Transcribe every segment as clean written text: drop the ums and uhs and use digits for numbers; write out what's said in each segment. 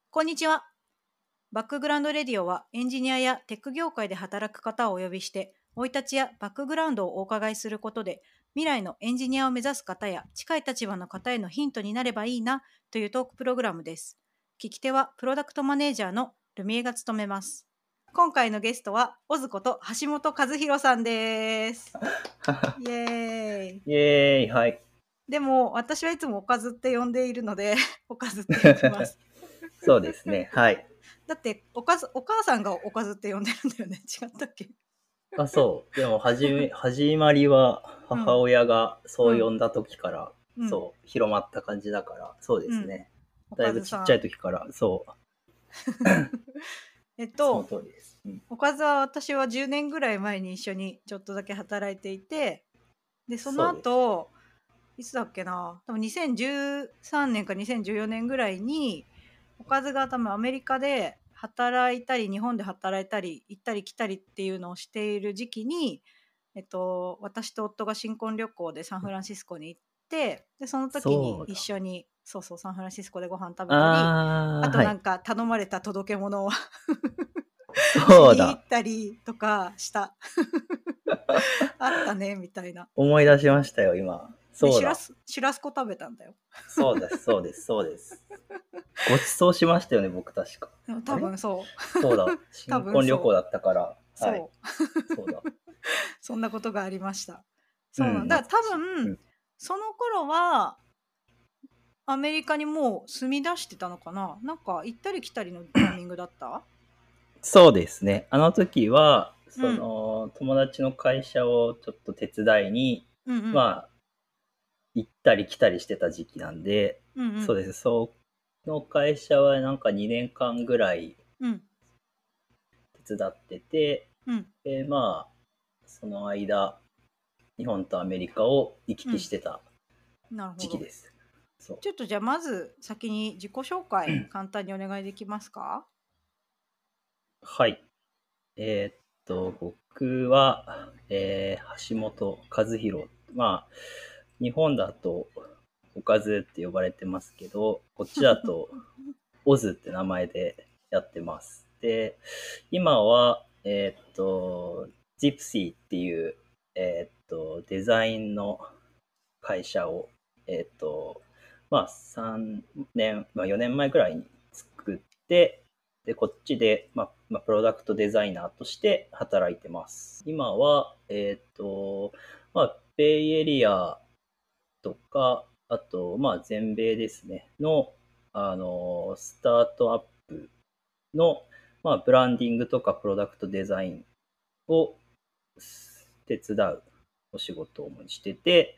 こんにちは。バックグラウンドレディオはエンジニアやテック業界で働く方をお呼びして、生い立ちやバックグラウンドをお伺いすることで、未来のエンジニアを目指す方や近い立場の方へのヒントになればいいなというトークプログラムです。聞き手はプロダクトマネージャーのルミエが務めます。今回のゲストはオズこと橋本和弘さんです。イエーイ。 イエーイ、はい。 でも私はいつもおかずって呼んでいるのでおかずって呼びます。 そうですね、はい。 だってお母さんがおかずって呼んでるんだよね。違ったっけ？ あ、そう。でも、始まりは母うん親がうんそう呼んだ時から、 うんそう、広まった感じだから、そうでうん。 すね。 おだいぶちっちゃかずさん。 い時から、そう、 えっそのと通りです。うん、 おかずは私は10年ぐらい前に一緒にちょっとだけ働いていて、でそのそうです。 後いつだっけな、多分2013年か2014年ぐらいにおかずが多分アメリカで働いたり日本で働いたり行ったり来たりっていうのをしている時期に、私と夫が新婚旅行でサンフランシスコに行って、でその時にそうだ。 一緒にそうサンフランシスコでご飯食べたり、ああー、はい。 となんか頼まれた届け物をしそうだ。 に行ったりとかしたあったねみたいな。 思い出しましたよ、今。 でそうだ。 シュラスコ食べたんだよ。 そうです、そうです、そうです。ご馳走しましたよね、僕確か。あ多れ分そう。 そうだ。 多新分そう。 婚旅行だったから、はい。 そう。 そうだ。 そんなことがありました。そうなんうん、 だ。多懐かしい。う分、 ん。 その頃は、アメリカにもう住み出してたのかな。なんか、行ったり来たりのタイミングだった？ そうですね。あの時は、 うん。 友達の会社をちょっと手伝いに、 うんうん。 まあ、行ったり来たりしてた時期なんで、 うんうん。 そうです。その会社はなんか2年間ぐらいうん。 手伝ってて、 うん。 で、まあ、その間、日本とアメリカを行きうん。 来してたなるほど。 時期です。そう。 ちょっとじゃあまず先に自己紹介簡単にお願いできますか？ はい。僕は、橋本和弘。まあ、日本だと、おかずって呼ばれてますけど、こっちだと、オズって名前でやってます。で、今は、ジプシーっていう、デザインの会社を、まあ、3年、まあ、4年前くらいに作って、で、こっちで、プロダクトデザイナーとして働いてます。今は、ベイエリアとか、あと、全米ですね、の、スタートアップの、ブランディングとかプロダクトデザインを手伝うお仕事を主にしてて、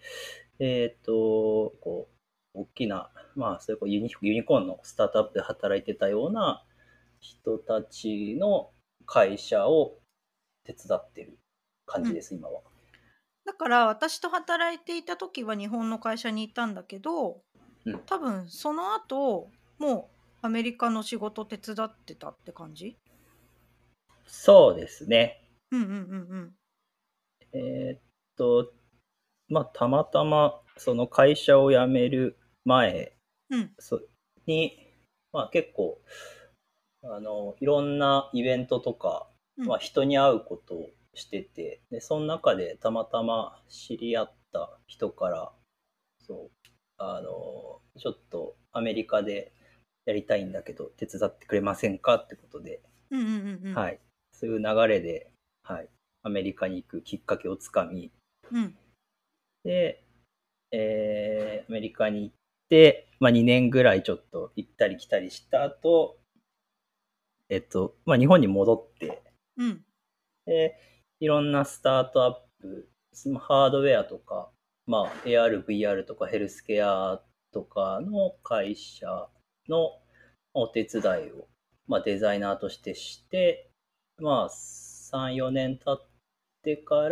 大きな、それこそユニコーンのスタートアップで働いてたような人たちの会社を手伝ってる感うん。 じです、今は。 だから私と働いていた時は日本の会社にいたんだけど、 うん。 多分その後もうアメリカの仕事手伝ってたって感じ？ そうですね。 うんうんうんえーっと、たまたま、その会社を辞める前うん。 に、結構、いろんなイベントとか、 うん人に会うことをしてて、で、その中でたまたま知り合った人から、そう、ちょっとアメリカでやりたいんだけど、手伝ってくれませんかってことで、 うんうんうんうんはい、そういう流れで、はい、アメリカに行くきっかけをつかみ、 うんで、アメリカに行って、2年ぐらいちょっと行ったり来たりした後、日本に戻って、 うんで、いろんなスタートアップ、ハードウェアとか、AR、VR とかヘルスケアとかの会社のお手伝いを、デザイナーとしてして、3、4年経ってから、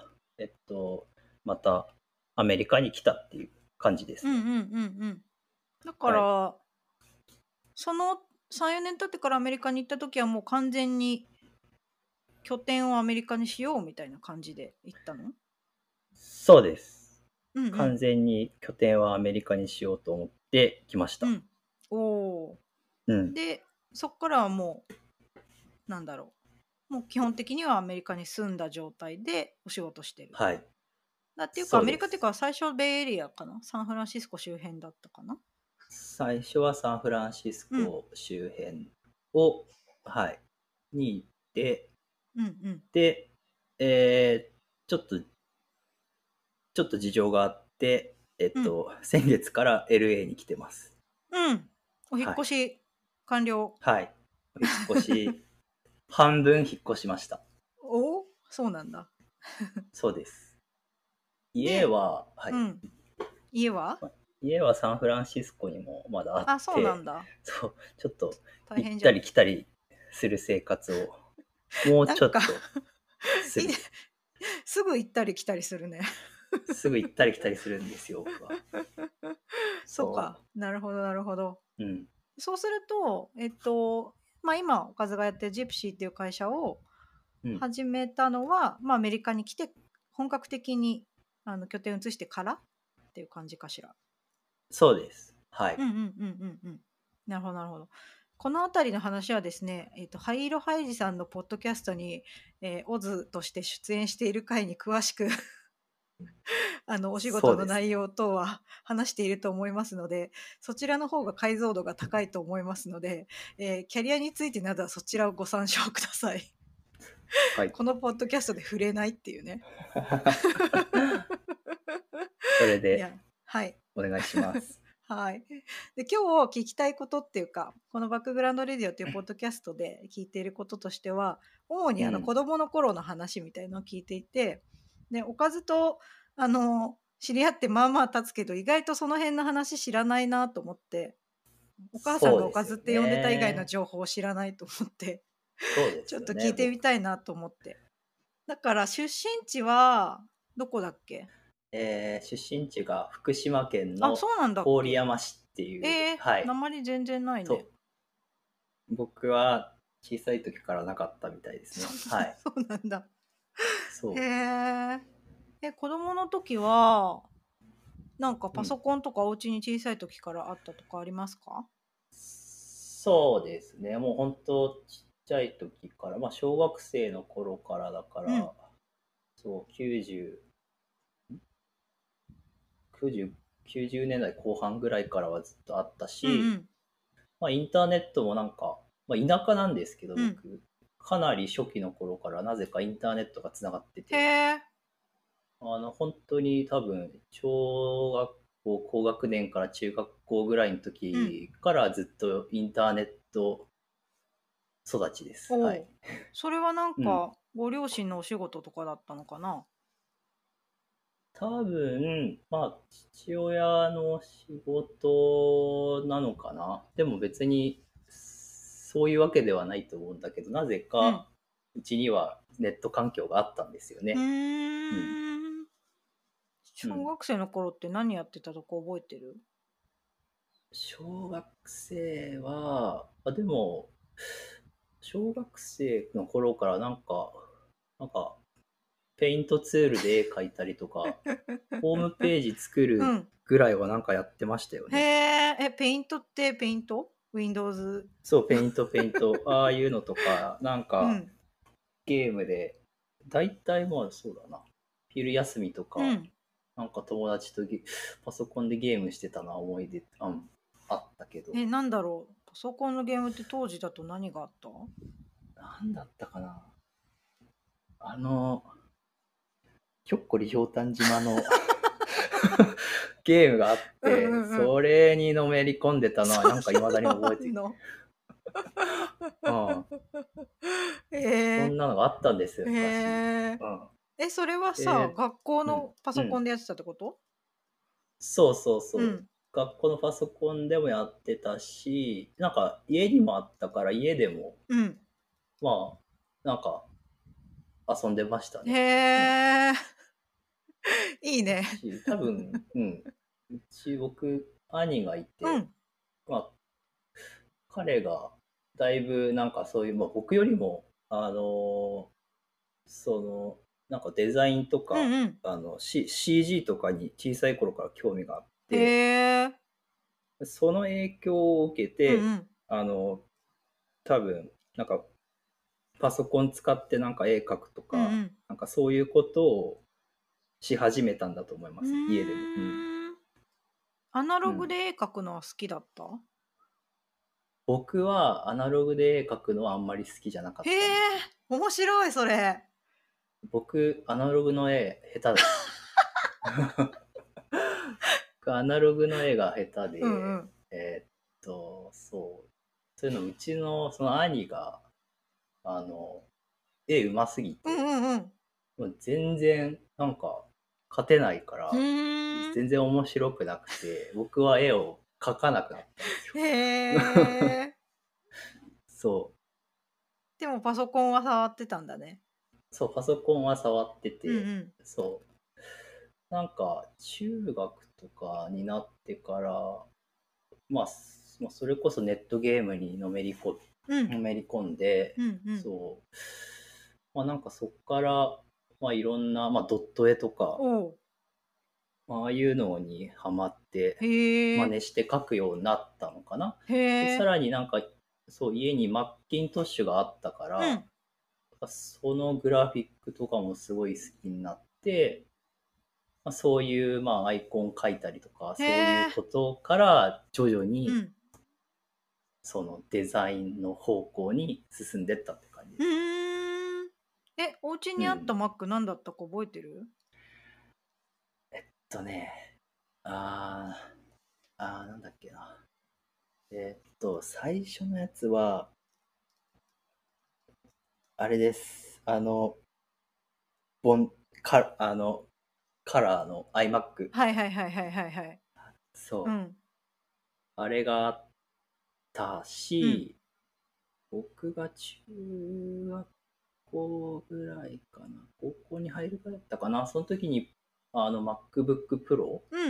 またアメリカに来たっていう感じですね。 うんうんうんうん。だかはい。 らその3、4年経ってからアメリカに行った時はもう完全に拠点をアメリカにしようみたいな感じで行ったの？ そうです。 うんうん完全に拠点はアメリカにしようと思って来ました。 うん。おお。 うん。 でそっからはもうなんだろう、もう基本的にはアメリカに住んだ状態でお仕事してる。 はい。 っていうかアそうです。 メリカっていうか最初ベイエリアかな、サンフランシスコ周辺だったかな。 最初はサンフランシスうん、 コ周辺を、はい、に行って、 うんうんで、ちょっと、ちょっと事情があって、 うん先月から LA に来てます。 うん。お引っはい。 越し完了。 はい。お引っ越し、半分引っ越しました。 お、そうなんだ。 そうです。家で、 は、はい。 うん。家は家はサンフランシスコにもまだあっあ、そうなんて、 だ。 そう、ちょっと行った大変じゃん。 り来たりする生活をもうなんかちょっとすいいね。 る。 すぐ行ったり来たりするね。 すぐ行ったり来たりするんですよ、僕は。 そうか。 そなるほど、なるほど。 う。うん。 そうすると、まあ今、おかずがやってるジプシーっていう会社をうん。 始めたのは、まあアメリカに来て本格的に拠点を移してからっていう感じかしら。 そうです。はい。 うんうんうんうんうん。なるほどなるほど。この辺りの話はですね、灰色ハイジさんのポッドキャストに、オズとして出演している回に詳しくお仕事のそうですね。 内容等は話していると思いますので、そちらの方が解像度が高いと思いますので、キャリアについてなどはそちらをご参照ください。 はい。 このポッドキャストで触れないっていうね。 それでいや、はい。 お願いします。 はい。で、今日聞きたいことっていうか、このバックグラウンドレディオっていうポッドキャストで聞いていることとしては、主にうん。 子供の頃の話みたいのを聞いていて、で、おかずと、知り合ってまあまあ経つけど、意外とその辺の話知らないなと思って、お母さんがおかそうですよずって呼んでた以外のね。 情報を知らないと思って、 そうでちょっとすよね、 聞いてみたいなと思って。だから出身地は、どこだっけ？ 出身地が福島県あ、 のそうなんだっ郡け？ 山市っていう、はい。 訛り全然ないね。 と、僕は小さい時からなかったみたいですね。はい。 そうなんだ。へそう。 え。子供の時は、なんかうん。 パソコンとかお家に小さい時からあったとかありますか？ そうですね。もう本当ちっちゃい時から、まあ小学生の頃からだかうん。 ら、そう、90、90年代後半ぐらいからはずっとあったし、 うんうん。 まあインターネットもなんか、まあ田舎なんですけどうん。 僕、かなり初期の頃からなぜかインターネットがつながってへて、 え。 本当に多分、小学校高学年から中学校ぐらいのうん。 時からずっとインターネット育ちです。はい。 おお。それはなんうん。 か、ご両親のお仕事とかだったのかな？ 多分、まあ、父親の仕事なのかな。でも別に、そういうわけではないと思うんだけど、なぜうん。 か、うちにはネット環境があったんですようね。うん。 ーん。小うん。 学生の頃って何やってたとか覚えてる？ 小学生は、でも、小学生の頃からなんか、ペイントツールで絵描いたりとか、ホームページ作るうん。 ぐらいはなんかやってましたよへね。 え。ペイントってペイント ?Windows。 そう、ペイント、ああいうのとか、なんかうん。 ゲームで、大体まあそうだな。昼休みとか、 うん。 なんか友達とパソコンでゲームしてたな、思い出、あったけど。 なんだろう。パソコンのゲームって当時だと何があった？ なんだったかな。あの、ひょっこりひょうたん島のゲームがあっうんうて、 んうん。 それにのめり込んでたのは、なんかそん未だになのあ覚えてる。 んの？ うん。そえんなのがあったんですよ、 ー、 昔。 えうん。 それはさ、 で、 学校うん、 のパうん。 ソコンでやってたってこと？ そうそうそう。 うん。 学校のパソコンでもやってたし、なんか家にもあったから家でも、 うん。 まあ、なんか遊んでましたへね。うん。 え、いいね。 多分、うん。僕、兄がいて、 うん。 まあ、彼がだいぶなんかそういう、まあ僕よりも、その、なんかデザインとか、 うんうん。 CG とかに小さい頃から興味があっへて、 え。 その影響を受けて、 うんうん。 あの、 多分、なんか、パソコン使ってなんか絵描くとうんうか、 ん。 なんかそういうことをし始めたんだと思いまうす。家でも。うん。 ーん。アナうん。 ログで絵描くのは好きだった？ 僕はアナログで絵描くのはあんまり好きじゃなかへったんですよ。 え、面白いそれ。 僕、アナログの絵下手です。僕アナログの絵が下手で、 うんうん。 そう。そういうの、うちのその兄が、あの、絵上手すぎうんて、 うんうん。 もう全然なんか勝てないかふら、 ーん。 全然面白くなくて、僕は絵を描かなくなったんですよ。 へえ。 そう。 でもパソコンは触ってたんだね。 そう、パソコンは触ってて、 うんうん。 そう。なんか、中学とかになってから、まあ、それこそネットゲームにうん。 のめり込んで、 うんうん。 そう。まあなんかそっから、まあいろんな、まあドット絵とか、 おう。 まあああいうのにハマって、 へえ。 真似して描くようになったのかな。 へで、さえ。 らになんか、そう、家にマッキントッシュがあったから、 うん。 そのグラフィックとかもすごい好きになって、まあ、そういう、まあ、アイコン描いたりとか、 へそういうえ。 ことから徐々にうん。 そのデザインの方向に進んでったって感じうです。 ーん。え、お家にあったうん。 Mac 何だったか覚えてる？ ね、なんだっけな。最初のやつは、あれです。ボン、カ、あの、カラーの iMac。 はいはいはいはいはいはい。うそう。 ん。 あれがあったうん。 し、僕が中学校ぐらいかな。高校に入るぐらいだったかな。その時に、MacBook Pro? うん。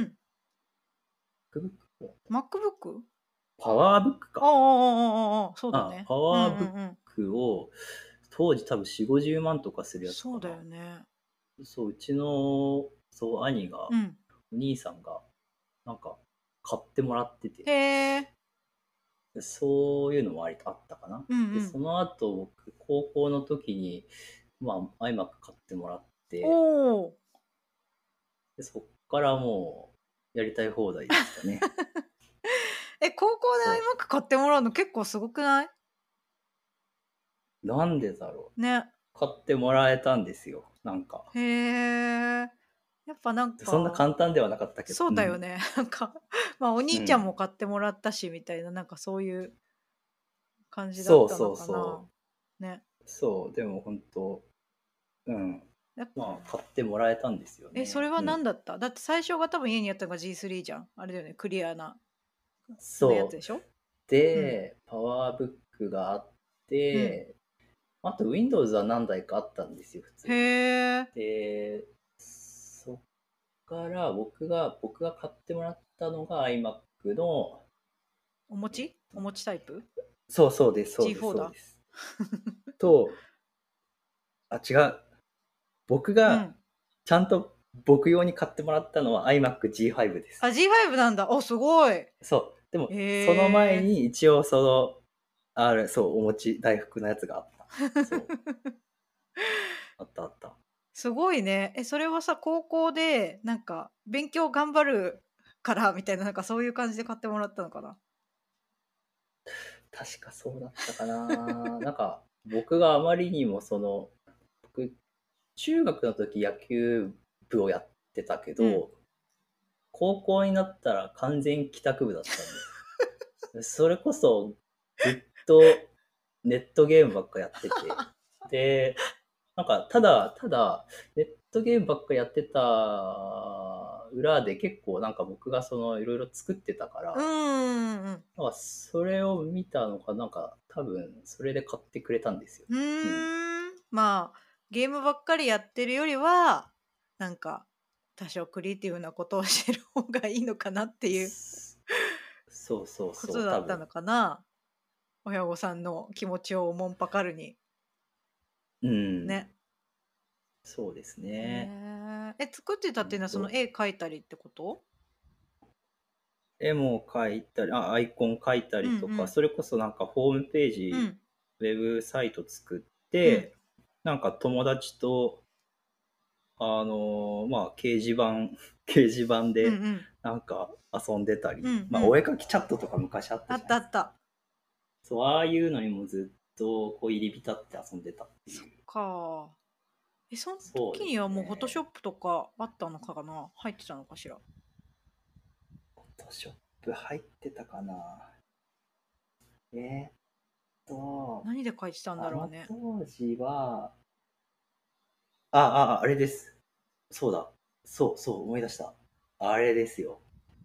MacBook Pro? MacBook？ パワーブックか。 ああああああああ、そうだね。 パうんうワーブッんうん。 クを、当時多分4、50万とかするやつそうだかな。 よね。 そう、うちの、そう、兄が、 うん。 お兄さんが、なんか、買ってもらってて、 へえ。 でそういうのもあったかな。で、 うんうん。 その後、僕、高校の時に、まあ、iMac 買ってもらっおて、 お。 で、そっからもう、やりたい放題でしたね。 え、高校でそ iMac 買ってもらうの結構すごくない？ う。なんでだろね。 う。買ってもらえたんですよ。なんか。 へえ。やっぱなんそんなか、 簡単ではなかったけど。うん。 そうだよね。なんか、まあ、お兄ちゃんもうん。 買ってもらったしみたいな、なんかそういう感じだったのそうそうかな。 そう。 ね。 そう、でも本当、うん。 やまあ、買ってもらえたんですよそれね。 はうん。 何だった？だって最初が多分家にあったのが G3 じゃん。あれだよね、クリアなやつそう。 でしょ？うん。 で、パワーブックがあっうん。 て、あと Windows は何台かあったんですよ、普通へに。 え。 で、そっから僕が買ってもらったのが iMac の、 お持ちタイプ？ そうです、そうです、 G4 だ。 そうです。と、違う。僕がうん。 ちゃんと僕用に買ってもらったのは iMac G5 です。 あ、G5 なんだ。お、すごい。 そう。でも、その前へえ。 に一応そう、お餅大福のやつがあった。そう。あったあった。 すごいね。それはさ、高校で、なんか、勉強頑張るからみたいな、なんかそういう感じで買ってもらったのかな。 確かそうだったかな。なんか、僕があまりにも僕、中学の時野球部をやってたけうん。 ど、高校になったら完全帰宅部だったんです。それこそずっとネットゲームばっかやってて、で、なんか、ただ、ネットゲームばっかやってた裏で結構なんか僕がいろいろ作ってたかうら、 ーん。 なんかそれを見たのか、なんか多分それで買ってくれたんですようね。うん。 ーん。まあ、ゲームばっかりやってるよりは、なんか、多少クリエイティブなことをしてる方がいいのかなっていうすそうそうこそう、多分。 とだったのかな。親御さんの気持ちをおもんぱかるに。 うん。 ね。 そうですね。 作ってたっていうのはそのほんと。 絵描いたりってこと？ 絵も描いたり、アイコン描いたりとか、 うんうん。 それこそなんかホームページうん。 ウェブサイト作って、なんか友達と、まあ、掲示板うんうで、 ん。 なんか遊んでたり、まあ、 うんうん。 お絵かきチャットとか昔あっあたじゃないですか。 ったあった。 そう、ああいうのにもずっと、こう、入り浸って遊んでたってそっいう。 か。そのそうです時にはもうフォトショッね。 プとかあったのかな、入ってたのかしら。 フォトショップ入ってたかな。えーっと、 何で書いてたんだあのろうね。 当時は、あれです。そうだ。そう、思い出した。あれですよ。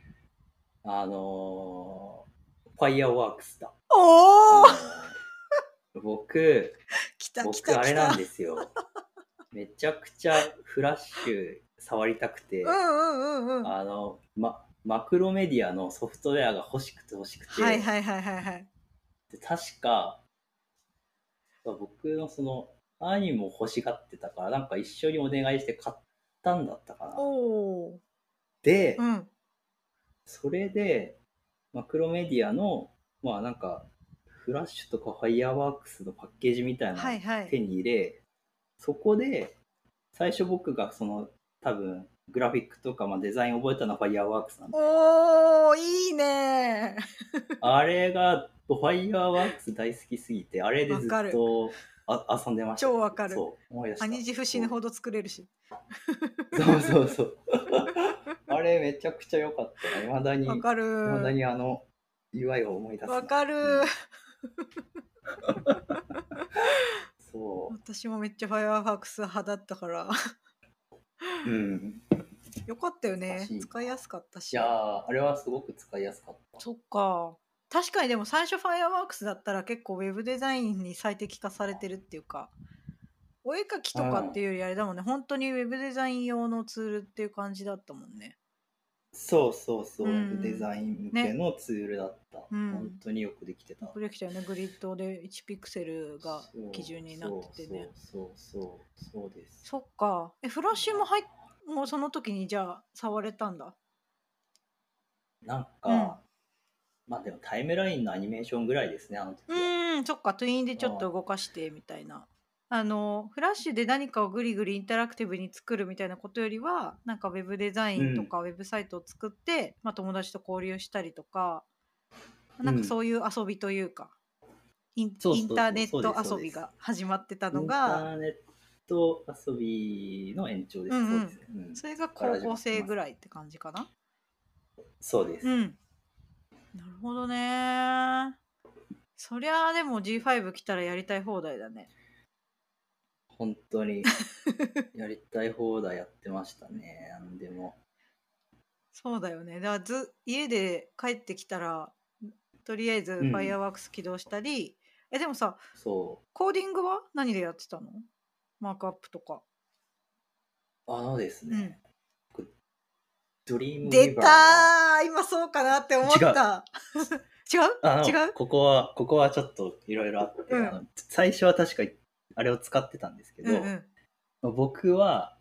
ファイヤーワークスだ。 おお、 僕、 来た来た僕、あれなん来た。 ですよ。めちゃくちゃフラッシュ触りたくうんて、 うんうんうん。 マクロメディアのソフトウェアが欲しくて、 はいはいはいはいはい。 で確か、僕のその、兄も欲しがってたから、なんか一緒にお願いして買ったんだったかおな。 お。うで、 ん。 それで、マクロメディアの、まあなんか、フラッシュとかファイヤーワークスのパッケージみたいなのをはいはい。 手に入れ、そこで、最初僕がその、多分、グラフィックとか、まあ、デザイン覚えたのはファイヤーワークスなんで、 おー、いいね。 あれが、ファイヤーワークス大好きすぎて、あれでずわかる。 っと遊んでました、 超わ僕。 かる。 そう、思い出した。 兄ジフ死ぬそうほど作れるし。 そう。あれめちゃくちゃ良かったな。 わか未だる。 にあの UI を思い出すな。 わかる。 うん。そ私もめっちゃファイアーファークス派だったからう。うん。 よかったよね。 懐かしいな。 使いやすかったいやし。 ー、あれはすごく使いやすかった。 そっか。確かにでも最初ファイアーワークスだったら結構ウェブデザインに最適化されてるっていうか、お絵描きとかっていうよりあれだもんね、本当にウェブデザイン用のツールっていう感じだったもんね。 そう、 うウェブデん。 ザイン向けね。 のツールだった。 う本ん。 当によくできてた。 よくできたよね。グリッドで1ピクセルが基準になっててね。 そうです。 そっか。フラッシュももうその時にじゃあ触れたんだ。 なんうん。 か、まあでもタイムラインのアニメーションぐらいですね、あの時は。 そっか、トゥインでちょっと動かしてみたいな。フラッシュで何かをぐりぐりインタラクティブに作るみたいなことよりは、なんかウェブデザイうん。 ンとかウェブサイトを作って、まあ、友達と交流したりとか、なんかうん。 そういう遊びというか、インターネッそうです、そうト遊びです。 が始まってたインのが、 ターネット遊びの延長です。 うんうん。 そうですね。うん。 それがそこから高校始まってます。 生ぐらいって感じかな。 そうです。 うん。なるほどね。そりゃあでも G5 来たらやりたい放題だね。 本当にやりたい放題やってましたね。なんでも。 そうだよね。だから家で帰ってきたら、とりあえずうん。 Fireworks 起動したり、でもさ、 そコーディングは何でやってたの？マークアップとか。 う。ですうん。 ね。ドリームウ出たィバーは、 ー、今そうかなって思違う。 った。違う違う。 ここはちょっといろいろあって、 うん。 最初は確かあれを使ってたんですけど、 うんうん。 僕は、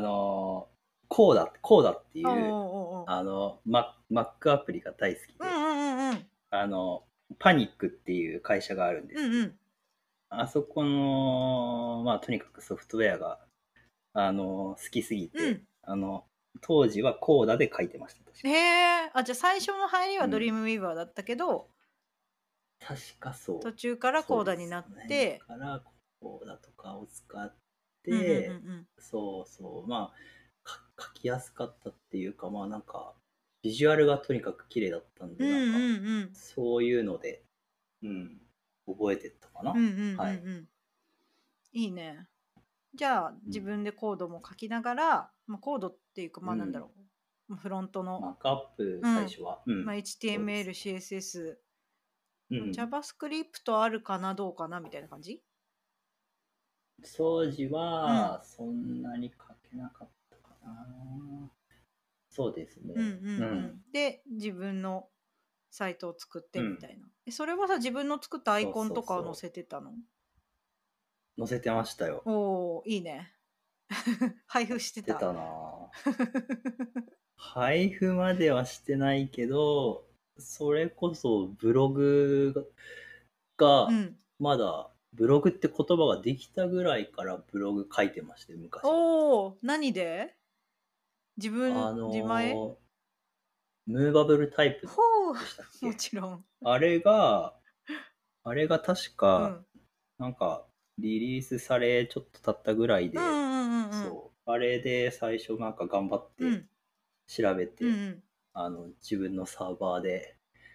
コーダっておういう、 おうおう。 Mac アプリが大好きで、 うんうんうんうん。 パニックっていう会社があるんですけど、 うんうん。 あそこの、まあ、とにかくソフトウェアが、好きすぎて、 うん。 当時はコーダで書いてました、確か。 へえ。じゃあ最初の入りはドリーうん。 ムウィーバーだったけど、 確かそう。 途中からそうコーダになっです。何て、 からコーダとかを使っうんうんうんうて、 ん。 まあ、書きやすかったっていうか、まあなんか、ビジュアルがとにかく綺麗だったんで、 うんうなんか、 んうん。 そういうので、うん、覚えてったかな。 うんうんうんはい。 うん。いいね。じゃあうん。 自分でコードも書きながら、まあ、コードっていうかまあなんだうん。 ろう、まあフロントの、 マークアップ、 うん、 最初は。うまあ、 ん。そうで HTML、 す。 CSS、まあうん。 JavaScript あるかなどうかなみたいな感じ。 当時うん、 は、そんなに書けなかったかな。そうですうんうんね。 ううん。 ん。で自分のサイトを作ってうん。 みたいな。それはさ自分の作ったアイコンとかを載そせてたの？ う。載せてましたよ。 おお、いいね。配布してた。 してたなぁ。配布まではしてないけど、それこそブログがうん。 まだブログって言葉ができたぐらいからブログ書いてましたよ、昔。 おお、何で？自あ前？ のムーバブルタイプほう、 でしたっもけ？ ちろん。 あれが確か、 うん。 なんか、リリースされちょっと経ったぐらいうんうで、 んうんうん。 そう、あれで最初なんか頑張ってうん。 調べて、 うんうん。 自分のサーバーで、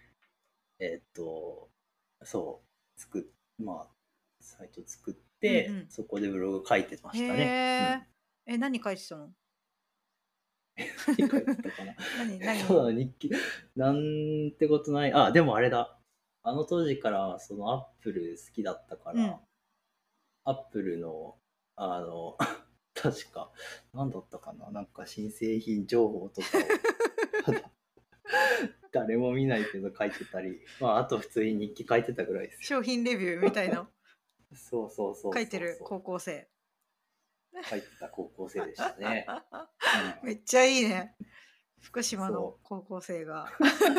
そう、まあ、サイト作っうんうて、 ん。 そこでブログ書いてまへしたね。うえ。 ん。 何書いてたの？ 何書いてたかな。そう何？ だ、日記。なんてことない。あ、でもあれだ。あの当時からそのアップル好きだったから、 うん。 アップルの、確か、なんだったかな。なんか新製品情報とかを、ただ誰も見ないけど書いてたり、まあ、あと普通に日記書いてたぐらいですよ。 商品レビューみたいなそうそうそう書いてるそうそう。 高校生。 書いてた高校生でしたね。 めっちゃいいね。福うん。 島のそう。 高校生が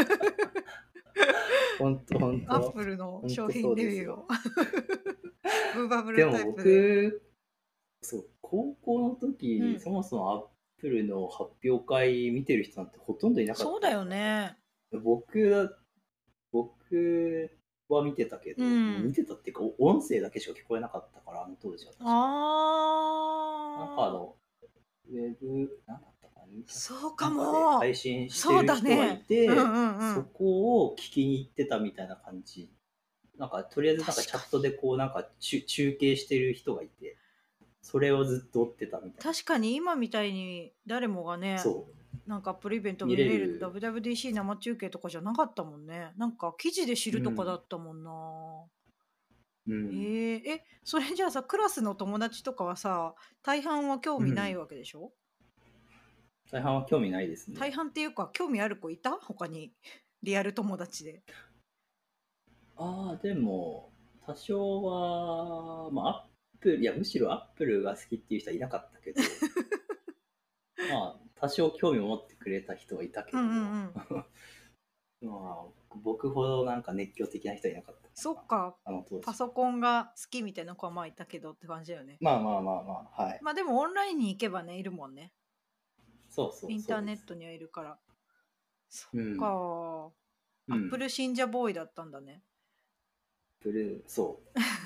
ほんとほんアッと。 プルのほんとそ商品うですよ。 レビューをムーバブルタでもイプで。 そう、高校の時、 うん。 そもそもアップルの発表会見てる人なんてほとんどいなかそうだよったから、 ね。 僕僕は見てたけうど、見ん。 てたっていうか、音声だけしか聞こえなかったから、あの当時は確か。なんかああ、 ウェブ、なんだったかな、 そうかなんかで配も。 信してそうる人がいだね。うんて、 うんうそん。 こを聞きに行ってたみたいな感じ。なんか、とりあえずなんかチャット確かに。 でこう、なんか中継してる人がいて、それをずっと追ってたみたいな。 確かに今みたいに誰もがね、 そなんかアップルイベントう、見見れるれる。 WWDC 生中継とかじゃなかったもんね。なんか記事で知るとかだうん。 ったもんな。 うん。 それじゃあさ、クラスの友達とかはさ、大半は興味ないうん。 わけでしょ？ 大半は興味ないです大ね。 半っていうか、興味ある子いた？他に。リアル友達で。 ああ、でも、多少は、まあ、いや、むしろアップルが好きっていう人はいなかったけど、まあ、多少興味を持ってくれた人はいたけど、 うんうんうん。 まあ、僕ほどなんか熱狂的な人はいなかったかな、 そっか。 あの当時。 パソコンが好きみたいな子はまあいたけどって感じだよね。 まあまあまあまあ、はい。 まあでもオンラインに行けばね、いるもんね。 そうそうインターそうです。 ネットにはいるから。そっうん。 か。アップうん。 ル信者ボーイだったんだね。 そう。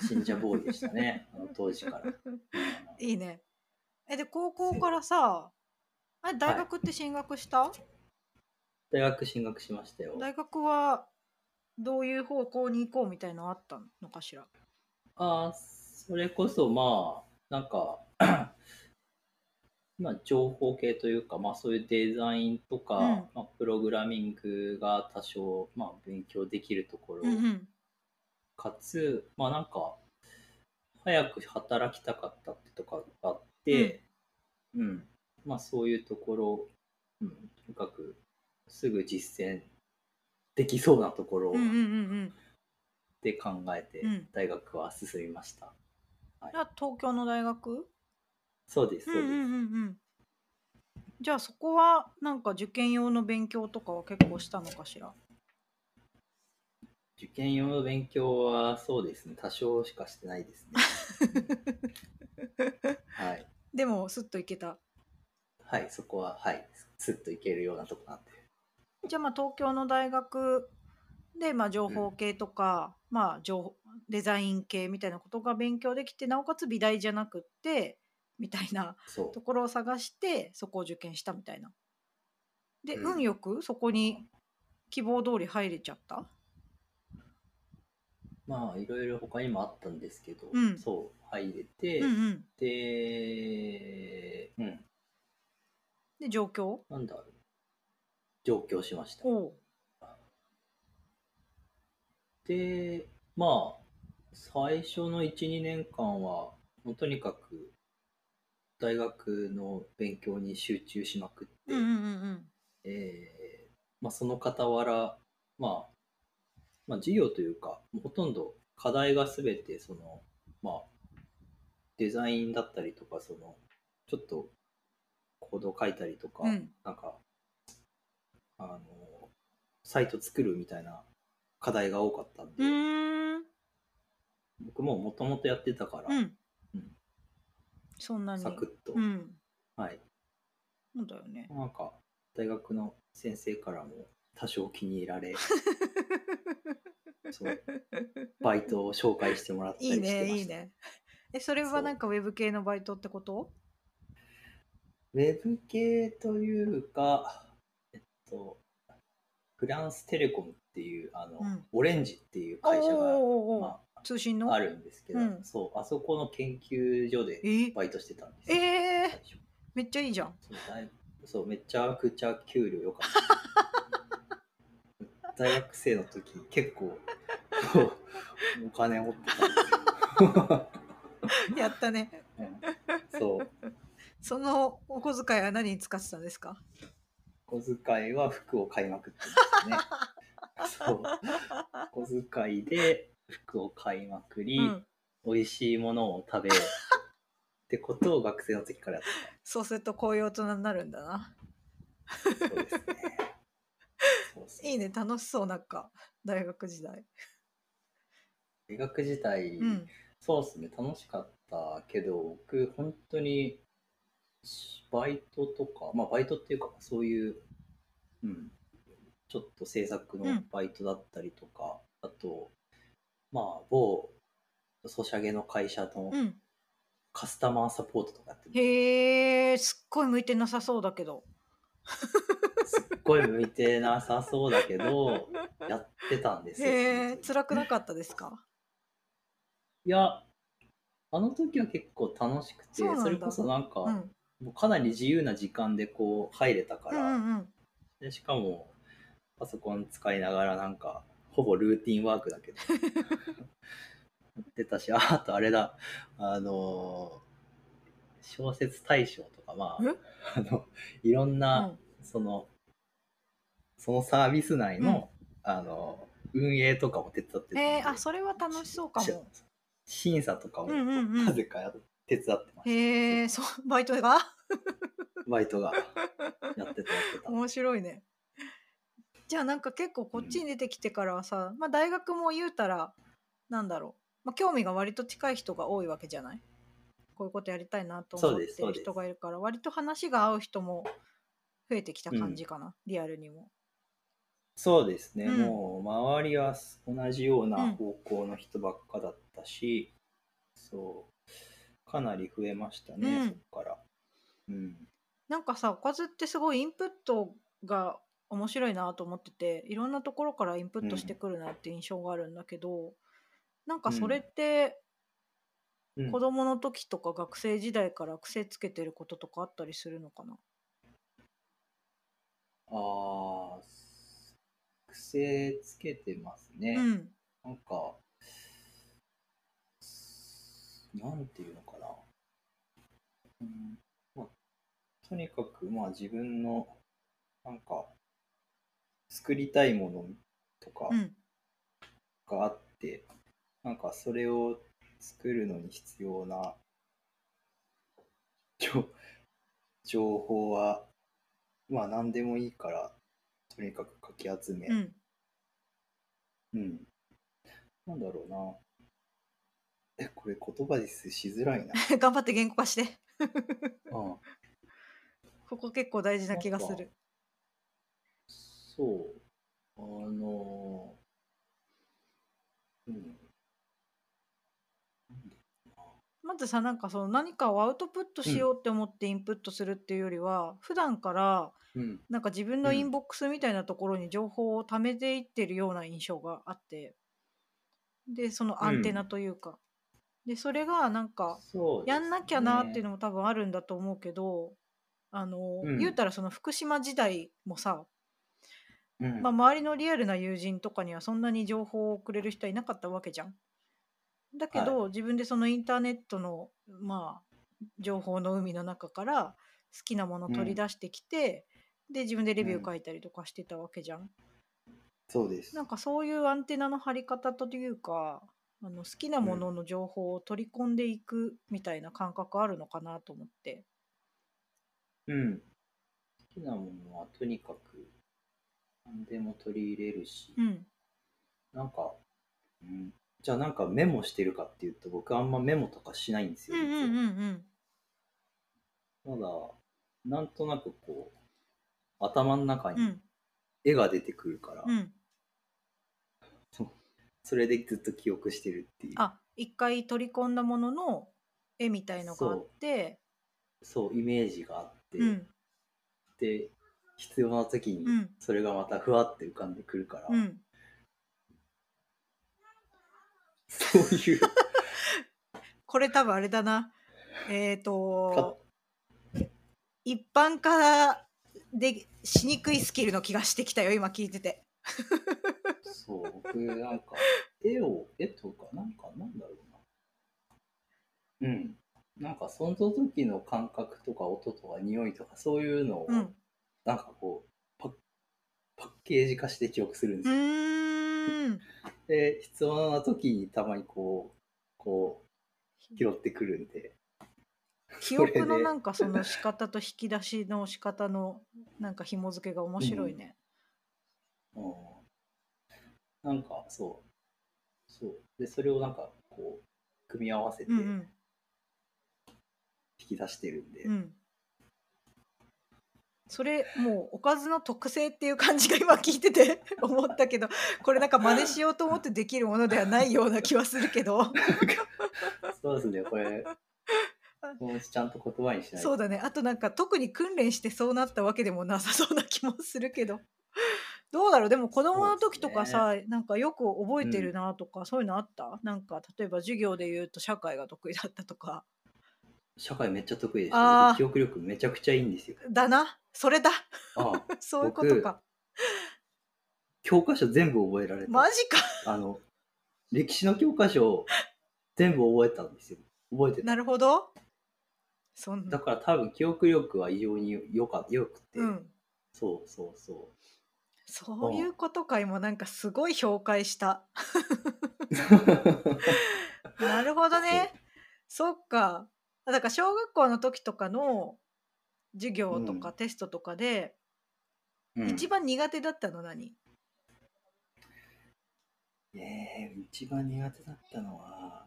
信者ボーイでしたね。あの当時から。うん。 いいね。で、高校かそう。 らさ、大はい。 学って進学した？ 大学進学しましたよ。 大学はどういう方向に行こうみたいなのあったのかしら？ ああ、それこそまあ、なんかまあ、情報系というか、まあ、そういうデザインとか、 うん。 まあ、プログラミングが多少、まあ、勉強できるところ、 うんうん。 かつ、まあ、なんか、早く働きたかったってとかがあっうん。 て、うん、まあ、そういうところ、うん、とにかく、すぐ実践できそうなところうんうんうんうん。 で考えて、 うん。 大学は進みました。はい。 東京の大学？ そうです、 うんうんうんそうです。 うん。じゃあそこはなんか受験用の勉強とかは結構したのかしら？ 受験用の勉強はそうですね、多少しかしてないですね。うん、はい。 でもスッといけた。 はい、そこは、はい、スッといけるようなとこなんで。 じゃあまあ東京の大学でまあ情うん、 報系とか、まあデザイン系みたいなことが勉強できて、なおかつ美大じゃなくってみたいなそところを探してそこを受験したみたいな。で、 う。うん。 運よくそこに希望通り入れちゃった？ まあ、いろいろ他にもあったんですけど、 うん。 そう、入れうんて、 うん。 で、うん、 で、上京？ なんだろう、上京しました。 おう。 で、まあ、最初の1、2年間は、もうとにかく大学の勉強に集中しまくって、 うんうんうんうん。 まあ、その傍ら、まあ、授業というか、ほとんど課題がすべて、まあ、デザインだったりとか、ちょっとコードを書いたりとか、 うん。 なんか、あの、サイト作るみたいな課題が多かったんうで、 ーん。 僕ももともとやってたから、 うん。 うんそんなに。 サクッと、 うん。 はい。 そうだよね。 なんか、大学の先生からも多少気に入られ、そう、バイトを紹介してもらったりしていいね、 ました。 いいね。それはなんそかウェブ系のバイトってこと？ う。ウェブ系というか、えっと、フランステレコムっていう、 うん。 オレンジっていうおーおー会社が、 おーおーま通信あ、あの。 るんですけど、 うん。 そう、あそこの研究所でえバイトしてたんですよ、 えー、 最初。 めっちゃいいじゃん。 そう、そう、めちゃくちゃ給料良かったです。大学生の時、結構、お金持ってたんですよ。 やったね。 うん、そう。 そのお小遣いは何に使ってたんですか？ 小遣いは服を買いまくってましたね。そう。小遣いで服を買いまくり、 うん。 美味しいものを食べ、ってことを学生の時からやってた。 そうするとこういう大人になるんだな。 そうですね。そうそう。 いいね、楽しそう、なんか、大学時代。 大学時代、 うん。 そうですね、楽しかったけど、僕、本当に、バイトとか、まあ、バイトっていうか、そういう、うん、ちょっと制作のうん。 バイトだったりとか、あと、まあ、某ソシャゲの会社のうん。 カスタマーサポートとかやってました。 へえ、すっごい向いてなさそうだけど。 すっごい向いてなさそうだけど、やってたんですよ、本へえ、 当に。 辛くなかったですか？ いや、あの時は結構楽しくて、それこそうなんだ。 そなんか、 うん。 もうかなり自由な時間でこう入れたかうんうら、 んうん。 で、しかもパソコン使いながらなんか、ほぼルーティンワークだけど、やってたし、あとあれだ、あの小説大賞とか、まえあ、いろんな、 うん。 そのサービス内うん。 の、運営とかも手伝ってたへえ、あ、 んで、 それは楽しそうかも。 審査とかうんもうんうん。 なぜか手伝ってました。そう。 へえ、そう、バイトが。 バイトがやってた。 面白いね。じゃあなんか結構こっちうん。 に出てきてからはさ、まあ大学も言うたら、なんだろう。まあ興味が割と近い人が多いわけじゃない？こういうことやりたいなとそうです、 思ってるそうです。 人がいるから、割と話が合う人も増えてきたうん。 感じかな、リアルにも。 そうですね。 うん、 もう、周りは同じようなうん、 方向の人ばっかだったし、そう、かなり増えましたね、そうん。 こから。うん。 なんかさ、おかずってすごいインプットが面白いなと思ってて、いろんなところからインプットしてうん。 くるなって印象があるんだけど、なんかそれうん。 ってうん。 子供の時とか学生時代から癖つけてることとかあったりするのかな？ ああ、癖つけてますね。 うん、 なんか、なんていうのかな。うん、まあ、とにかく、まあ自分の、なんか、作りたいものとかうん。 があって、なんかそれを作るのに必要な情情報は、まあ何でもいいから、とにかくかき集め、 うん。 うん。なんだろうな。これ言葉ですしづらいな。 頑張って言語化して。 うん。 ここ結構大事ななんか、 気がする。 そう。あのうん。 まずさ、なんかその何かをアウトプットうん。 しようって思ってインプットするっていうよりは、普段からうん。 なんか自分うん。 のインボックスみたいなところに情報を貯めていってるような印象があって、で、そのうん。 アンテナというか、で、それがなんか、 そうですやんなきゃなっていうね。 のも多分あるんだと思うけど、言ううん。 たらその福島時代もさ、まあ、 うん。 周りのリアルな友人とかにはそんなに情報をくれる人はいなかったわけじゃん。だけはい。 ど、自分でそのインターネットの、まあ、情報の海の中から好きなものをうん。 取り出してきて、で、自分でレビューうん。 書いたりとかしてたわけじゃん。 そうです。 なんかそういうアンテナの張り方というか、好きなうん。 ものの情報を取り込んでいくみたいな感覚あるのかなと思って。 うん。好きなものはとにかく何でも取り入れるし、 うん。 なんか、うん。 じゃあなんかメモしてるかっていうと、僕あんまメモとかしないんですよ、 うんうん実は。 うんただ、なんとなくこう、頭の中にうん。 絵が出てくるから、 うん。 それでずっと記憶してるっていう。 あ、一回取り込んだものの絵みたいのがあっそて、 う、そう、イメージがあって、 うん、 で、必要な時にうん、 それがまたふわって浮かんでくるから、 うん。 そういうこれ多分あれだな。 か、 一般化でしにくいスキルの気がしてきたよ、今聞いてて。 そう、僕なんか、絵とか、なんか、なんだろうな。うん。なんか、その時の感覚とか音とか匂いとか、そういうのを、 うん。 なんかこう、パッケージ化して記憶するんでうすよ。 ーん。 で、必要な時にたまにこう、拾ってくるんで、 記それで、 憶のなんかその仕方と引き出しの仕方のなんか紐付けが面うん、 白いね。 うん、なんか、そう。で、それをなんか、こう、組み合わせてうん引き出してるんで、 うん。うん。それもうおかずの特性っていう感じが今聞いてて思ったけど、これなんか真似しようと思ってできるものではないような気はするけど。 そうですね、これ、もうちゃんと言葉にしないと。 そうだね。あとなんか特に訓練してそうなったわけでもなさそうな気もするけど。どうだろう、でも子供そうですの時とかね。 さ、なんかよく覚えてるうん。 なとか、そういうのあった？なんか例えば授業で言うと社会が得意だったとか。 社会めっちゃ得意でした。僕、記あ憶力めちゃくちゃいいんですよ。 あ、だな。それだ。 ああ、 そういうこと僕、 か。 教科書全部覚えられた。 マジか。 あの、歴史の教科書全部覚えたんですよ。覚えてなた。 るほど。そんだから多分記憶力は異常に良くて、 うん。 そうそうそそういう。 うことかいもなんかすごい評価した。 うん。 なるほどそね。そっか。だから小学校の時とかの授う。 業とかうん。 テストとかでうん。 一番苦手だったの何？ 一番苦手だったのは、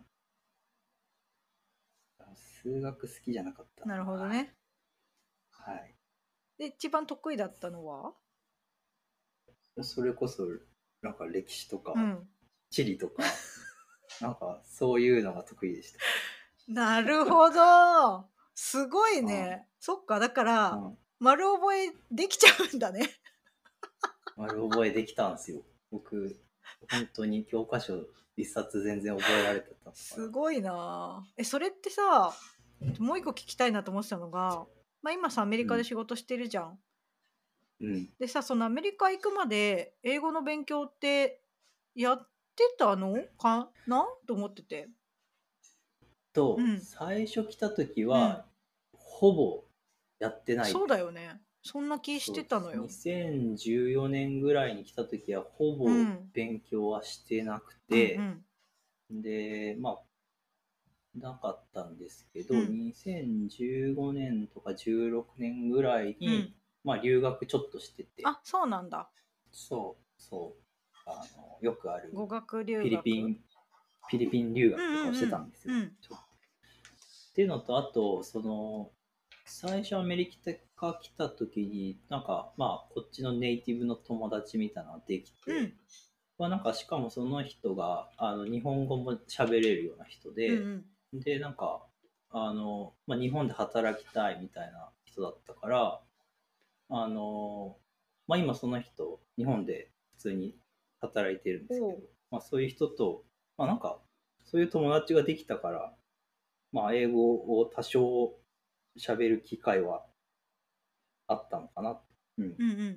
数学好きじゃなかったなるほどな。 ね。 はい。 で、一番得意だったのは？ それこそ、なんか歴史とか、 うん。 地理とか、なんかそういうのが得意でした。 なるほど。すごいうん。 ね。そっか、だから、 うん。 丸覚えできちゃうんだね。 丸覚えできたんですよ。僕、本当に教科書一冊全然覚えられてたから。 すごいな。それってさ、もう一個聞きたいなと思ってたのが、まあ、今さ、アメリカでうん。 仕事してるじゃん。 うん。 でさ、そのアメリカ行くまで英語の勉強ってやってたのかなと思ってて。うん。 最初来た時うん。 は、ほぼやってないそうです。 だよね。そんな気しそうです。 てたのよ。 2014年ぐらいに来た時は、ほぼうん。 勉強はしてなくうんうて、 ん。 で、まあ、なかったんですけど、 うん。 2015年とか16年ぐらいに、 うん。 まあ、留学ちょっとしてて、 あ、そうなんだ。 そう、よくある語学留フィリピ学。 ン、フィリピン留うん学とかをしてうんたんですよ。 うん。うん。 っていうのと、あと、最初アメリカ来た時に、なんか、まあ、こっちのネイティブの友達みたいなのができて、 うん。 まあ、なんか、しかもその人が、日本語も喋れるような人で、 うんうん。 で、なんか、まあ、日本で働きたいみたいな人だったから、まあ、今その人、日本で普通に働いてるんですけど、 おう。 まあ、そういう人と、まあ、なんか、そういう友達ができたから、まあ、英語を多少喋る機会はあったのかな。うん。 うんうんうん。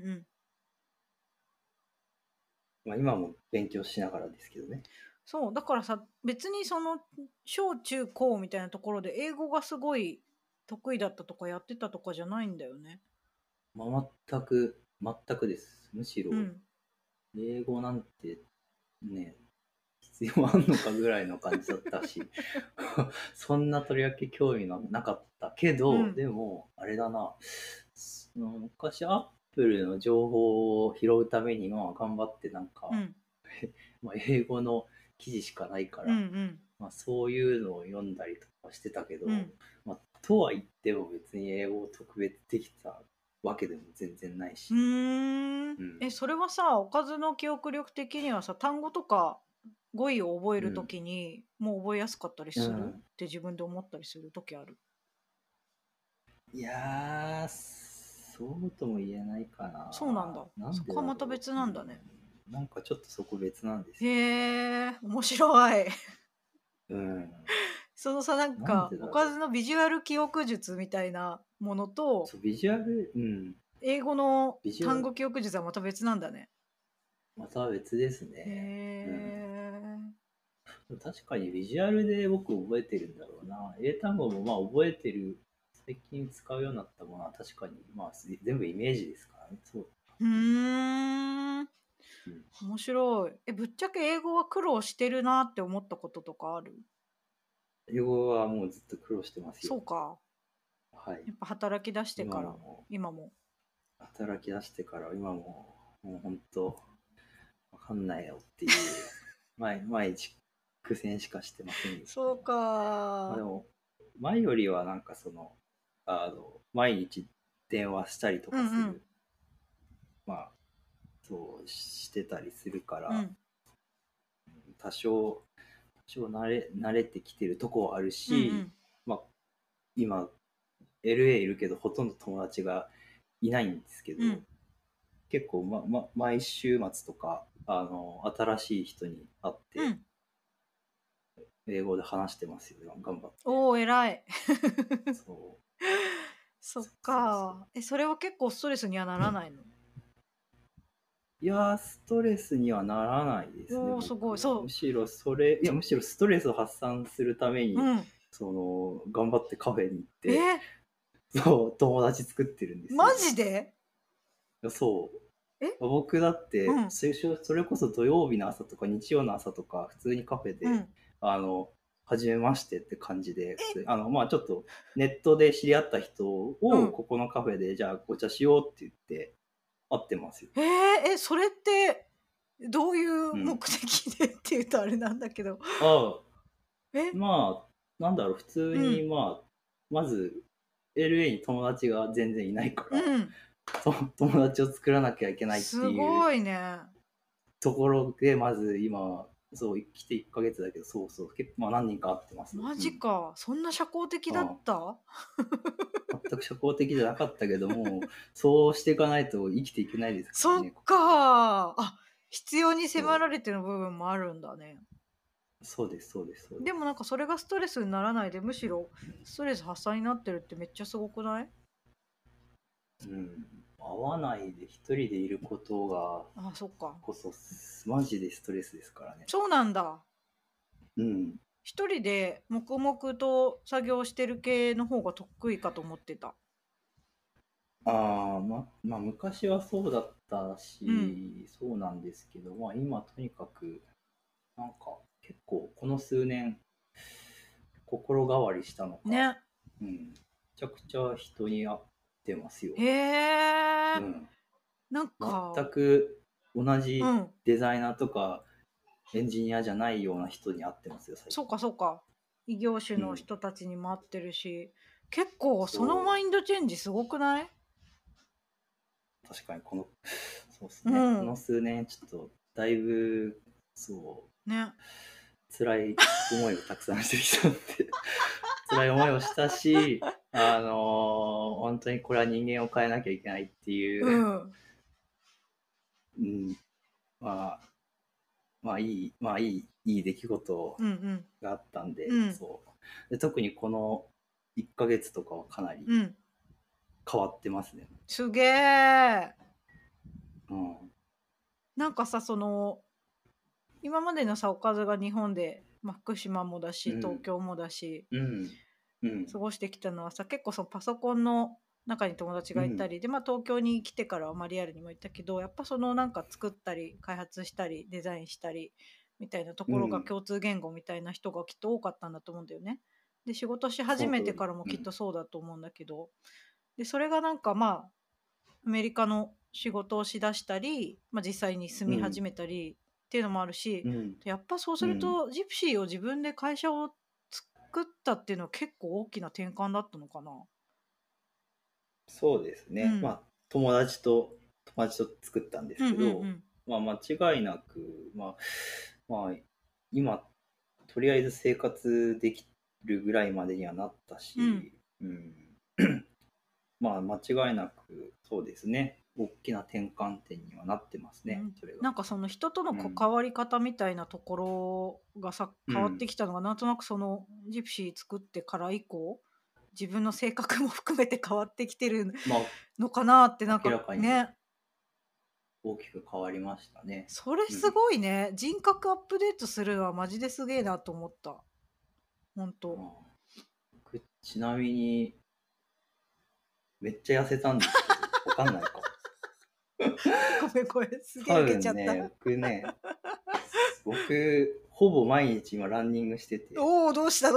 まあ、今も勉強しながらですけどね。 そう、だからさ、別にその小中高みたいなところで英語がすごい得意だったとかやってたとかじゃないんだよね。 まあ、全くです。むしろ、 うん。 英語なんてね、必要あんのかぐらいの感じだったし、そんなとりわけ興味のなかったけど、 うん。 でも、あれだな、昔アップルの情報を拾うためには頑張ってなんか、 うん。 まあ、英語の記事しかないかうんら、 うんまあ、そういうのを読んだりとかしてたけど、 うんまあ、とは言っても別に英語を特別できたわけでも全然ないし、 それはさ、おかずの記憶力的にはさ、単語とか語彙を覚えるときにもう覚えやすかったりする、って自分で思ったりするときある。 いやー、そうとも言えないかな。 そうなんだ。そこはまた別なんだね。 なんかちょっとそこ別なんですよ。 へえ、面白い。そのさ、なんかおなんでだろうかずのビジュアル記憶術みたいなものと、 ビジュアル、 英語のビジュアル単語記憶術はまた別なんだね。 また別ですへね。 え。 確かにビジュアルで僕覚えてるんだろうな。英単語もまあ覚えてる、最近使うようになったものは確かに、まあ全部イメージですからね。そう。 面白い。ぶっちゃけ英語は苦労してるなって思ったこととかある？ 英語はもうずっと苦労してますよ。 そうか。 はい。 やっぱ働き出してから今も。 働き出してから今も、もう本当わかんないよっていう、毎日苦戦しかしてませんでした、 そうか、 まあ、でも、前よりはなんか毎日電話したりとかする、まあ、そうしてたりするから、多少慣れてきてるとこはあるし、まあ、今、LA いるけど、ほとんど友達がいないんですけど、結構、毎週末とか、新しい人に会って、英語で話してますよ、頑張って。 おお、偉い。 そう。 そっか。それは結構ストレスにはならないの？ いやー、ストレスにはならないですね。 おー、すごい。そう。 むしろむしろストレスを発散するために、頑張ってカフェに行って、友達作ってるんですよ。 マジで？ そう。僕だって、それこそ土曜日の朝とか日曜の朝とか、普通にカフェで、はじめましてって感じで、まあちょっとネットで知り合った人を、ここのカフェで、じゃあお茶しようって言って、会ってますよ。 それってどういう目的でって言うとあれなんだけど。 まあ、なんだろう、普通に、まず、LA に友達が全然いないから、友達を作らなきゃいけないっていう。 すごいね。 ところで、まず今、来て1ヶ月だけど、結構、何人か会ってます。 マジか。そんな社交的だった？ 全く社交的じゃなかったけども、そうしていかないと生きていけないですからね。 そっか。必要に迫られてる部分もあるんだね。 そうです。 でもなんかそれがストレスにならないで、むしろストレス発散になってるってめっちゃすごくない？ 会わないで一人でいることがそっか。 こそマジでストレスですからね。 そうなんだ。一人で黙々と作業してる系の方が得意かと思ってた。 昔はそうだったし、そうなんですけど、今とにかくなんか結構この数年心変わりしたのか、めちゃくちゃ人に会ってますよ。なんか全く同じデザイナーとかエンジニアじゃないような人に会ってますよ、最近。 そうか。異業種の人たちにも会ってるし、結構そのマインドチェンジすごくない？ 確かにそうですね、この数年ちょっとだいぶ辛い思いをたくさんしてきたので辛い思いをしたし、本当にこれは人間を変えなきゃいけないっていう、いい出来事があったんで、で特にこの1ヶ月とかはかなり変わってますね。 すげえ。なんかさ、今までのさ、おかずが日本で、福島もだし東京もだし、過ごしてきたのはさ、結構パソコンの中に友達がいたりで、東京に来てからはリアルにもいたけど、やっぱなんか作ったり開発したりデザインしたりみたいなところが共通言語みたいな人がきっと多かったんだと思うんだよね。で仕事し始めてからもきっとそうだと思うんだけど、でそれがなんかアメリカの仕事をしだしたり、実際に住み始めたり、 っていうのもあるし、 うん。 やっぱそうすると、ジプシーを自分で会社を作ったっていうのは結構大きな転換だったのかな。 そうですね。 うんまあ、友達と作ったんですけど、 うんまあ、間違いなく、まあ、今、とりあえず生活できるぐらいまでにはなったし、まあ、間違いなく、そうですね。大きな転換点にはなってますね、それが。 なんかその人との関わり方みたいなところがさ、変わってきたのが、なんとなくそのジプシー作ってから以降、自分の性格も含めて変わってきてるまあ、 のかなって、なんか明らかにね、 大きく変わりましたね。 それすごいね、人格アップデートするのはマジですげえなと思った。本当。 僕ちなみに、めっちゃ痩せたんですけど、わかんないか。 ごめん、すげえ多受けちゃった。 分ね、僕、ほぼ毎日今ランニングしてて、 おお、どうした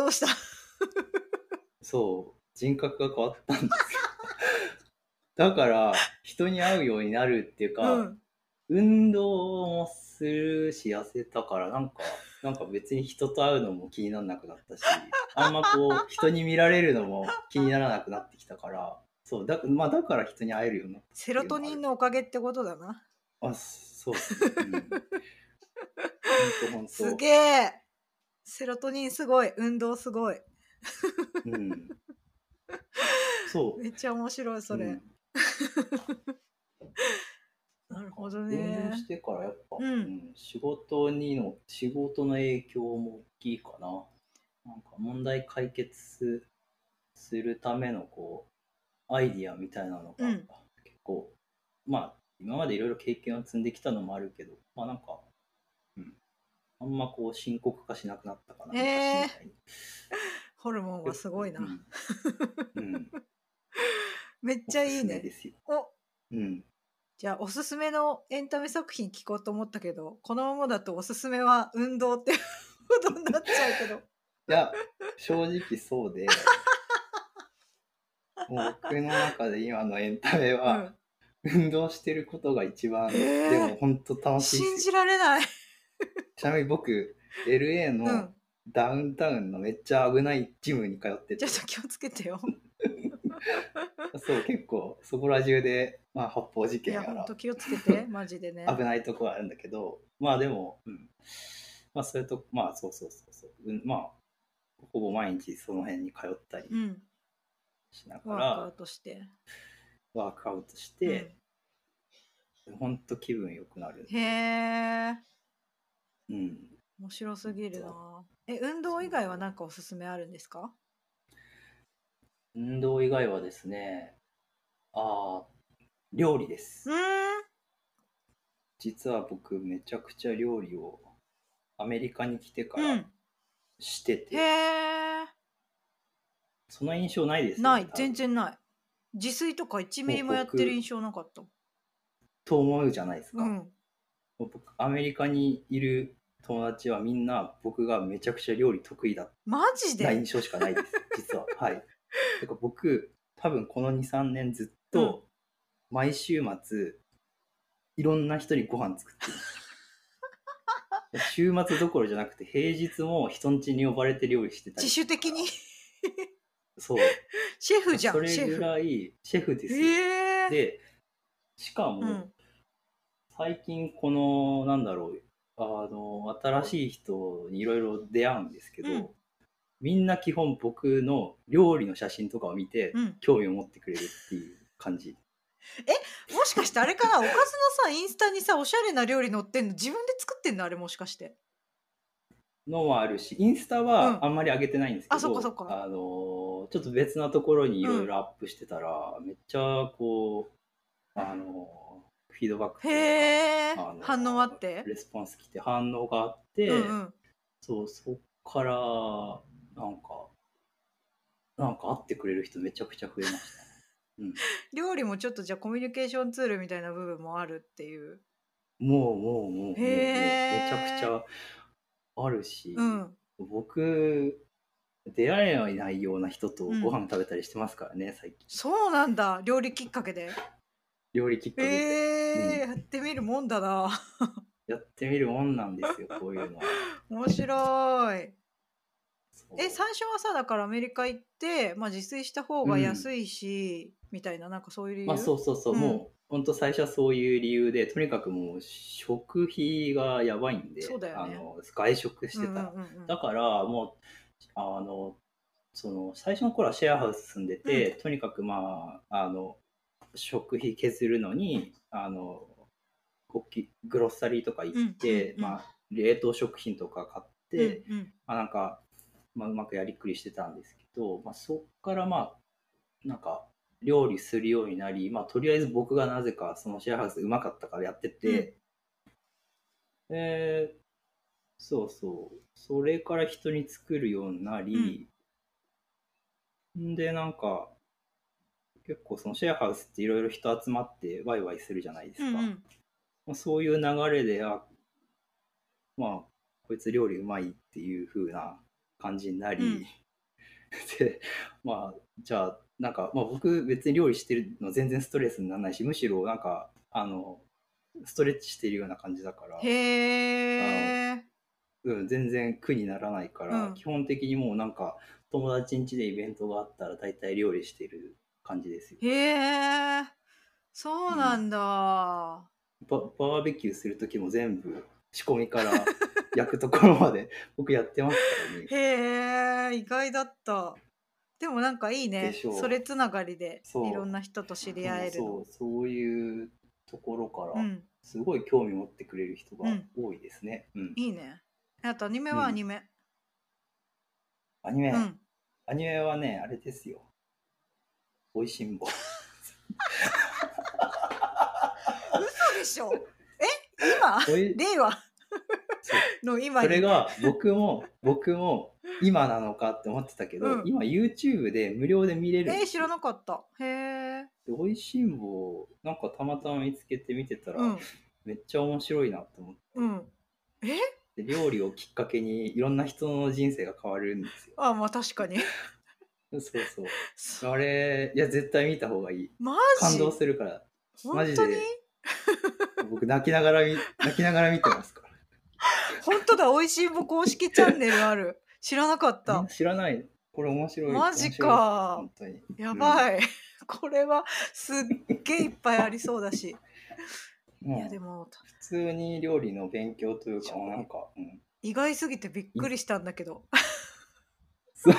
そう、人格が変わったんですよ。だから、人に会うようになるっていうか、運動もするし、痩せたから、なんか別に人と会うのも気にならなくなったし、あんまこう、人に見られるのも気にならなくなってきたから、そう、だから人に会えるようになったってセいうのもある。 ロトニンのおかげってことだな。 あ、そうっすね。ほんと。 すげえ。セロトニンすごい。運動すごい。 そう。 めっちゃ面白い、それ。なるほどね。 運動してからやっぱ、 うん仕事の影響も大きいかな。なんか問題解決するためのこう、アイディアみたいなのが、結構、まあ、今までいろいろ経験を積んできたのもあるけど、まあなんか、あんまこう深刻化しなくなったかな、昔みたいに。 ホルモンはすごいな。 うん。 めっちゃいいおすすめね。 ですよ。 お、じゃあおすすめのエンタメ作品聞こうと思ったけど、このままだとおすすめは運動ってことになっちゃうけど。 いや、正直そうで、もう僕の中で今のエンタメは、運動してることが一番、でも本当楽しいですよ。 信じられない。 ちなみに僕、LA のダウンタウンのめっちゃ危ないジムに通ってて。 ちょっと気をつけてよ。 そう、結構そこら中で、まあ、発砲事件やら。 いや、ほんと気をつけて、マジでね。 危ないとこはあるんだけど、まあでも、まあそれと、まあそう、まあ、ほぼ毎日その辺に通ったりしながら、 ワークアウトして、ほんと気分良くなる。 へえ。面白すぎるな。運動以外は何かおすすめあるんですか？ 運動以外はですね、料理です。実は僕めちゃくちゃ料理をアメリカに来てからしてて、その印象ないですよね。 ない、全然ない。自炊とか1ミリもやってる印象なかった。 と思うじゃないですか。僕アメリカにいる友達はみんな僕がめちゃくちゃ料理得意だマジでな印象しかないです、実は。はい。てか僕多分この2、3年ずっと毎週末いろんな人にご飯作ってる。週末どころじゃなくて平日も人ん家に呼ばれて料理してたり。 自主的にそう。 シェフじゃん。 それぐらいシェフですよ。で、しかも、最近この、なんだろう、新しい人にいろいろ出会うんですけど、みんな基本僕の料理の写真とかを見て、興味を持ってくれるっていう感じ。 もしかしてあれかな、おかずのさ、インスタにさ、おしゃれな料理載ってんの自分で作ってんのあれ、もしかして。 のもあるし、インスタはあんまり上げてないんですけど、 そっかそっか。 ちょっと別なところにいろいろアップしてたら、めっちゃこう、フィードバックとか反応あってレスポンス来て反応があって、そっからなんか会ってくれる人めちゃくちゃ増えました。 料理もちょっとじゃあコミュニケーションツールみたいな部分もあるっていう。 もうめちゃくちゃあるし、僕出会えないような人とご飯食べたりしてますからね、最近。 そうなんだ、料理きっかけで。 料理きっかけで。 やってみるもんだな。 やってみるもんなんですよ、こういうのは。 面白い。 そう最初はさ、だからアメリカ行って、まあ自炊した方が安いし、みたいな、なんかそういう理まあ由。 そうそうそう、 うんもう本当最初はそういう理由で、とにかくもう食費がやばいんで、 そうだよね。 外食してたら。 うんうんうんうんだからもう、その最初の頃はシェアハウス住んでて、とにかくまあ、食費削るのに、大きいグロッサリーとか行って、 うんうんうんまあ、冷凍食品とか買って、 うんうんまあなんか、まあ、うまくやりくりしてたんですけど、まあ、そっからまあ、なんか、料理するようになり、まあ、とりあえず僕がなぜかそのシェアハウスうまかったからやってて、えーそうそう、それから人に作るようになり、んで、なんか、結構そのシェアハウスっていろいろ人集まってワイワイするじゃないですか。 うんうんまあ、そういう流れで、まあ、こいつ料理うまいっていう風な感じになり、で、まあ、じゃあ、なんか、まあ僕別に料理してるの全然ストレスにならないし、むしろなんか、ストレッチしてるような感じだから、 へあえ。 全然苦にならないから、基本的にもうなんか、友達ん家でイベントがあったら大体料理してる感じですよ。 へえ。そうなうん。 んだ。 バーベキューするときも全部仕込みから焼くところまで僕やってますからね。 へえ、意外だった。でもなんかいいね。 でしょう。 それつながりでいろんそな人と知う。 りでも合えるの。 そういうところからうん。 すごい興味持ってくれる人がうん。 多いですね。うん。 いいね。あとアニメうん。 はアニメ。 アニメ。 うん。 アニメはね、あれですよ。美味しんぼ。 嘘でしょ。今おい、 令和そう。 の今に。 それが僕も今なのかって思ってたけど、 うん。 今 YouTube で無料で見れるんですよ。 知らなかった。へえ。 で、美味しんぼ、なんかたまたま見つけて見てたら、 うん。 めっちゃ面白いなと思って。 うん。えで、料理をきっかけにいろんな人の人生が変わるんですよ。 あ、まあ確かに。 そうそう。 そあれ、いや、絶対見た方がいい。 マ感動ジするから。マ本当にジで、僕泣きながら見てますから。 本当だ、おいしんぼ公式チャンネルある。知らなかっみんなた。 知らない。これ面白い、 マジ面白いですよ、 か。 本当に。 やうん。 ばい。これはすっげえいっぱいありそうだし。いや、 もう、 でも、 普通に料理の勉強というか、 ちょなんか、 意外すぎてびっいくりしたんだけど。 そう。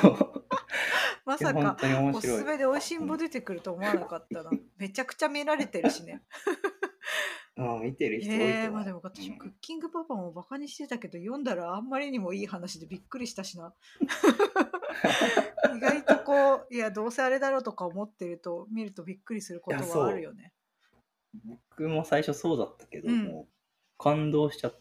いや、 まさか本当に面おす白い。 すめでおいしんぼうん。 出てくると思わなかったな。めちゃくちゃ見られてるしね。 見てる人多いとまあで思う。 も私もクッキングパパもバカにしてたけど、読んだらあんまりにもいい話でびっくりしたしな。意外とこう、いや、どうせあれだろうとか思ってると、見るとびっくりするこいや、 とはあるそよね。 う。僕も最初そうだったけど、 うん。 もう、感動しちゃって。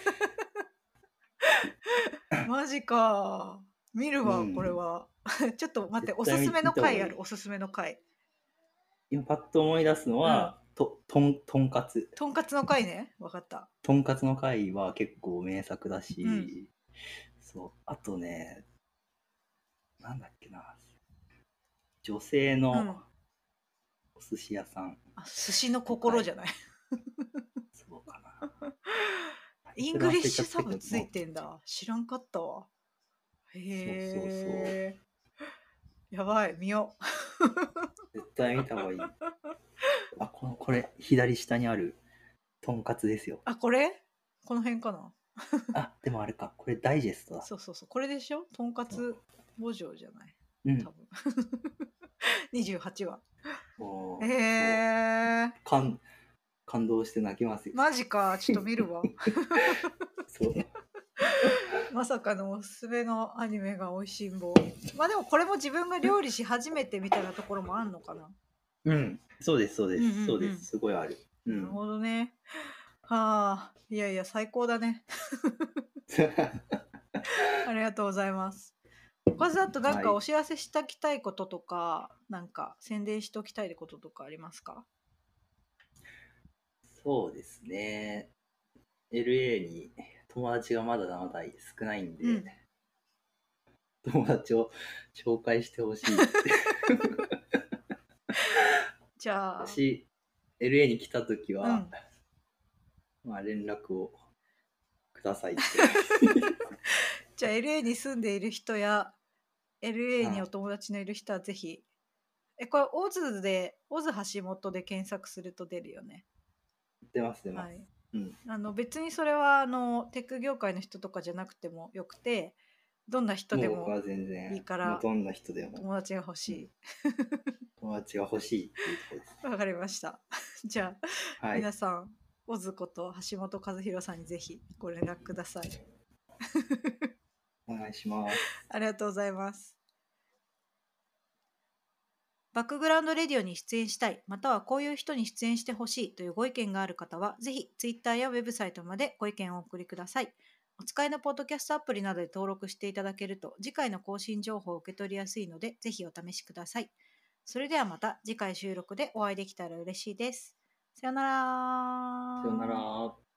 マジか。見るうわ、これん。 は。ちょっと待って、 絶おすすめの対見た方が回ある、 いい。 おすすめの回。 今、パッと思い出すのうん。 は、とんかつ。 とんかつの回ね。わかった。 とんかつの回は結構名作だうん。 し、そう。あとね、なんだっけな。女性うのん。 お寿司屋さん寿司のの回。 心じゃない。 そうかな。タイイントル忘グリッシュれちゃったけど、 サブついてんだ。知らんかったわ。 そうそうそう。 へえ。やばい、見よ絶対見た方がいい。これ、左下にある、とんかつですよ。 あ、これこの辺かな。 でもあれか。これダイジェストだ。 そうそうそう。これでしょとんかそう。 つ墓場じゃない。 うん。 多分。28話。 そう。 え。 感動して泣きますよ。 マジか。ちょっと見るわ。 そう。 まさかのおすすめのアニメがおいしんぼ。まあでもこれも自分が料理し始めてみたいなところもあんのかな。 うん。そうです、そうでうんうんうす。 んそうです。すごいある。うなるん。 ほどね。はあ。いやいや、最高だね。ありがとうございます。おかずだとなんはい。 かお知らせしておきたいこととか、なんか宣伝しておきたいこととかありますか？ そうですね。LA に友達がまだまだ少ないんうで、 ん。 友達を紹介してほしいって。 じゃあ、 私、LA に来た時は、 うん。 まあ連絡をくださいって。 じゃあ LA に住んでいる人や LA にはいお友達のいる人はぜひ、これオズ橋本で検索すると出るよね。 出ます。 はい。 うん。 別にそれはテック業界の人とかじゃなくてもよくて、どんな人でももう僕は全然いいからもうどんな人でも友達が欲しい。 友達が欲しいっていうところです。 わかりました。じゃあ、 はい。 皆さん、オズこと橋本和弘さんにぜひご連絡ください。 お願いします。 ありがとうございます。バックグラウンドレディオに出演したい、またはこういう人に出演してほしいというご意見がある方は、ぜひ Twitter やウェブサイトまでご意見をお送りください。お使いのポッドキャストアプリなどで登録していただけると、次回の更新情報を受け取りやすいので、ぜひお試しください。それではまた次回収録でお会いできたら嬉しいです。さよなら。 さよなら。